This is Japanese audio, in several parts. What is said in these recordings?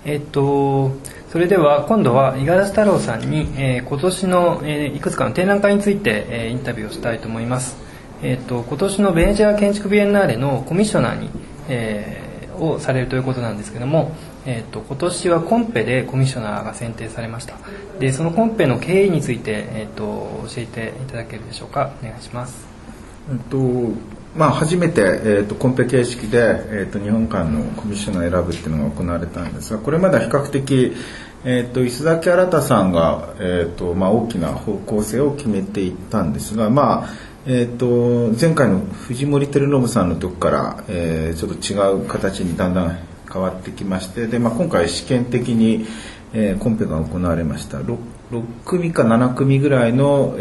それでは今度は五十嵐太郎さんに、今年の、いくつかの展覧会について、インタビューをしたいと思います。今年のベネチア建築ビエンナーレのコミッショナーに、をされるということなんですけども、今年はコンペでコミッショナーが選定されました。でそのコンペの経緯について、教えていただけるでしょうか。お願いします。 初めて、コンペ形式で、日本館のコミッショナーを選ぶっていうのが行われたんですが、これまでは比較的、磯崎新さんが、大きな方向性を決めていったんですが、前回の藤森照信さんのとこから、ちょっと違う形にだんだん変わってきまして、で、今回試験的に、コンペが行われました。6組か7組ぐらいの、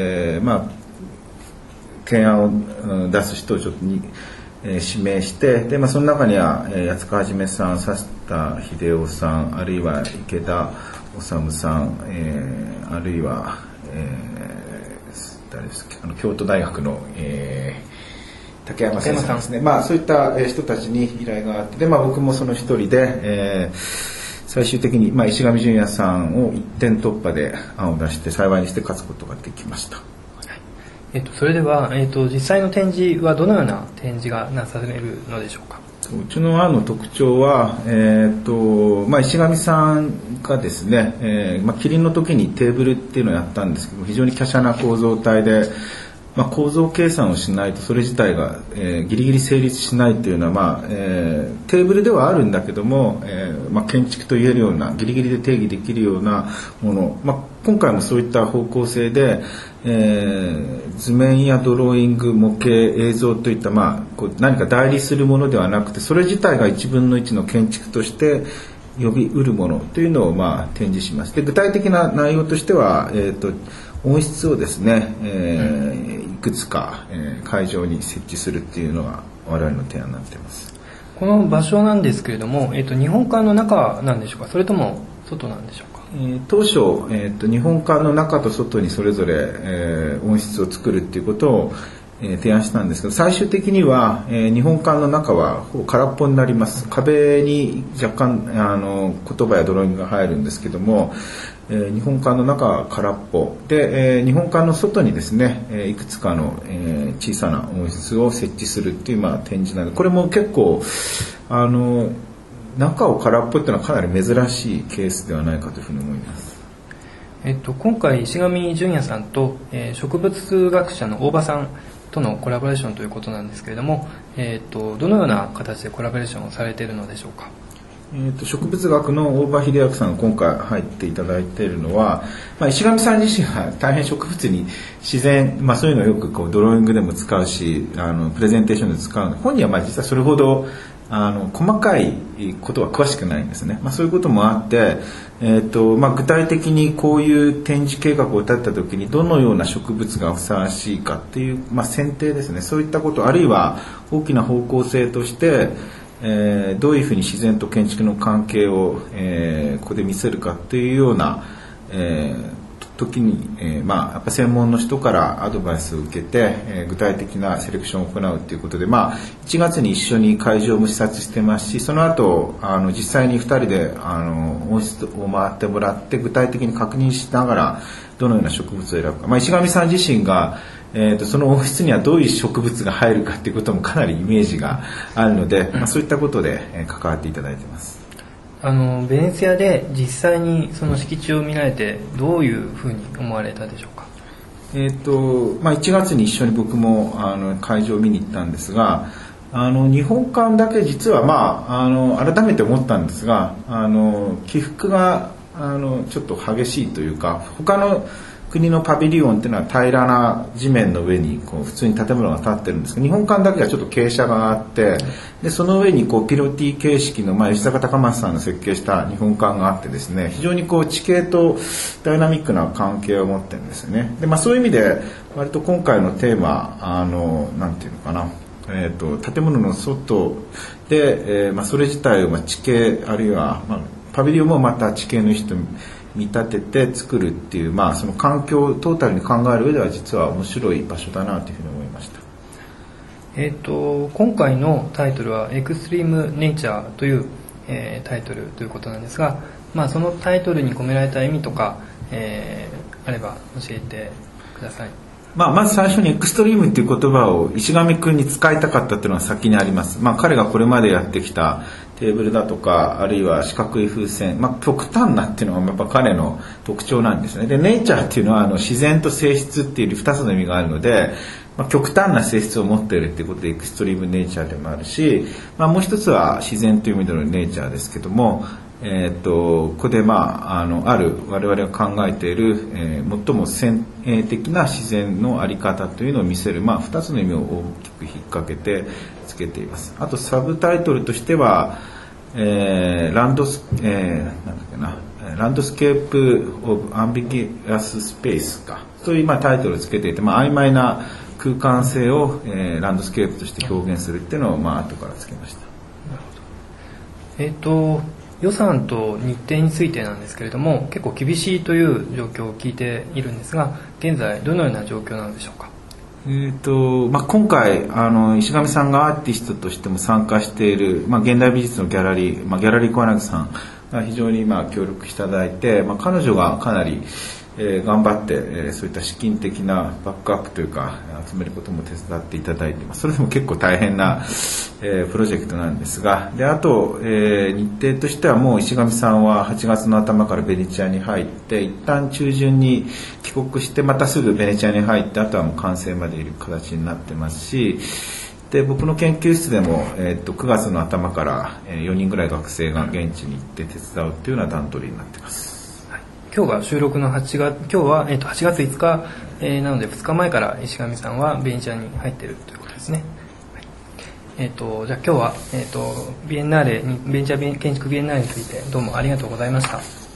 提案を出す人をちょっとに、指名して、で、その中には、八塚一さん、佐田秀夫さん、あるいは池田修さん、あるいは、誰ですか、京都大学の、竹山先生ですね。そういった人たちに依頼があって、で、僕もその一人で、最終的に、石上淳也さんを一点突破で案を出して幸いにして勝つことができました。 それでは、実際の展示はどのような展示がなされるのでしょうか。 うちの案の特徴は、石上さんがですね、キリンの時にテーブルっていうのをやったんですけど、非常に華奢な構造体で、構造計算をしないとそれ自体が、ギリギリ成立しないというのは、テーブルではあるんだけども、建築といえるようなギリギリで定義できるようなもの、今回もそういった方向性で、図面やドローイング、模型、映像といった、何か代理するものではなくて、それ自体が1分の1の建築として呼び得るものというのを展示します。で、具体的な内容としては、音質をですね、いくつか、会場に設置するっていうのが我々の提案になっています。 この場所なんですけれども、日本館の中なんでしょうか、それとも外なんでしょうか。 当初、日本館の中と外にそれぞれ、音質を作るっていうことを、提案したんですけど、最終的には、日本館の中はほぼ空っぽになります。壁に若干言葉やドローイングが入るんですけども、日本館の中は空っぽで、日本館の外にですね、いくつかの、小さな音質を設置するっていう展示なので、これも結構中を空っぽっていうのはかなり珍しいケースではないかというふうに思います。 今回石上淳也さんと、植物学者の大場さんとのコラボレーションということなんですけれども、どのような形でコラボレーションをされているのでしょうか。 植物学の大場秀明さんが今回入っていただいているのは、石上さん自身は大変植物に自然、そういうのをよくドローイングでも使うし、プレゼンテーションで使うので、本人は実はそれほど細かいことは詳しくないんですね。そういうこともあって、具体的にこういう展示計画を立てた時にどのような植物がふさわしいかっていう、選定ですね。そういったこと、あるいは大きな方向性として、どういうふうに自然と建築の関係を、ここで見せるかっていうような、時に、やっぱ専門の人からアドバイスを受けて、具体的なセレクションを行うということで、1月に一緒に会場も視察してますし、その後実際に2人で音質を回ってもらって具体的に確認しながらどのような植物を選ぶか、石上さん自身がその音質にはどういう植物が入るかということもかなりイメージがあるので、そういったことで関わっていただいています。 ベネツィアで実際にその敷地を見られてどういうふうに思われたでしょうか。 1月に一緒に僕も会場を見に行ったんですが、日本館だけ実は改めて思ったんですが、起伏がちょっと激しいというか、他の国のパビリオンっていうのは平らな地面の上に普通に建物が建ってるんですけど、日本館だけはちょっと傾斜があって、でその上にピロティ形式の、吉坂隆正さんの設計した日本館があってですね、非常に地形とダイナミックな関係を持ってるんですよね。で、そういう意味で割と今回のテーマなんていうのかな、建物の外で、それ自体を地形あるいは、パビリオンもまた地形の人見立てて作るっていう、その環境をトータルに考える上では実は面白い場所だなというふうに思いました。 今回のタイトルはエクストリームネイチャーという、 タイトルということなんですが、そのタイトルに込められた意味とか、あれば教えてください。 まず最初にエクストリームっていう言葉を石上くんに使いたかったっていうのは先にあります。彼がこれまでやってきたテーブルだとか、あるいは四角い風船、極端なっていうのがやっぱ彼の特徴なんですね。で、ネイチャーっていうのは自然と性質っていう2つの意味があるので、極端な性質を持っているっていうことでエクストリームネイチャーでもあるし、もう一つは自然という意味でのネイチャーですけども、ここである我々が考えている、最も先鋭的な自然のあり方というのを見せる、2つの意味を大きく引っ掛けてつけています。あとサブタイトルとしては、ランドスケープオブアンビギュアススペースかというタイトルをつけていて、曖昧な空間性を、ランドスケープとして表現するっていうのを後からつけました。 なるほど。予算と日程についてなんですけれども、結構厳しいという状況を聞いているんですが、現在どのような状況なのでしょうか。 今回石上さんがアーティストとしても参加している、現代美術のギャラリー、ギャラリー小柳さんが非常に協力していただいて、彼女がかなり頑張って、そういった資金的なバックアップというか集めることも手伝っていただいて、それでも結構大変な、プロジェクトなんですが、であと、日程としてはもう石上さんは8月の頭からベネチアに入って、一旦中旬に帰国してまたすぐベネチアに入って、あとはもう完成までいる形になってますし、で僕の研究室でも、9月の頭から4人ぐらい学生が現地に行って手伝うというような段取りになっています。 今日が収録の今日は、8月5日、なので2日前から石上さんはベネチアに入っているということですね。じゃあ今日は、ビエンナーレにベネチア建築ビエンナーレについてどうもありがとうございました。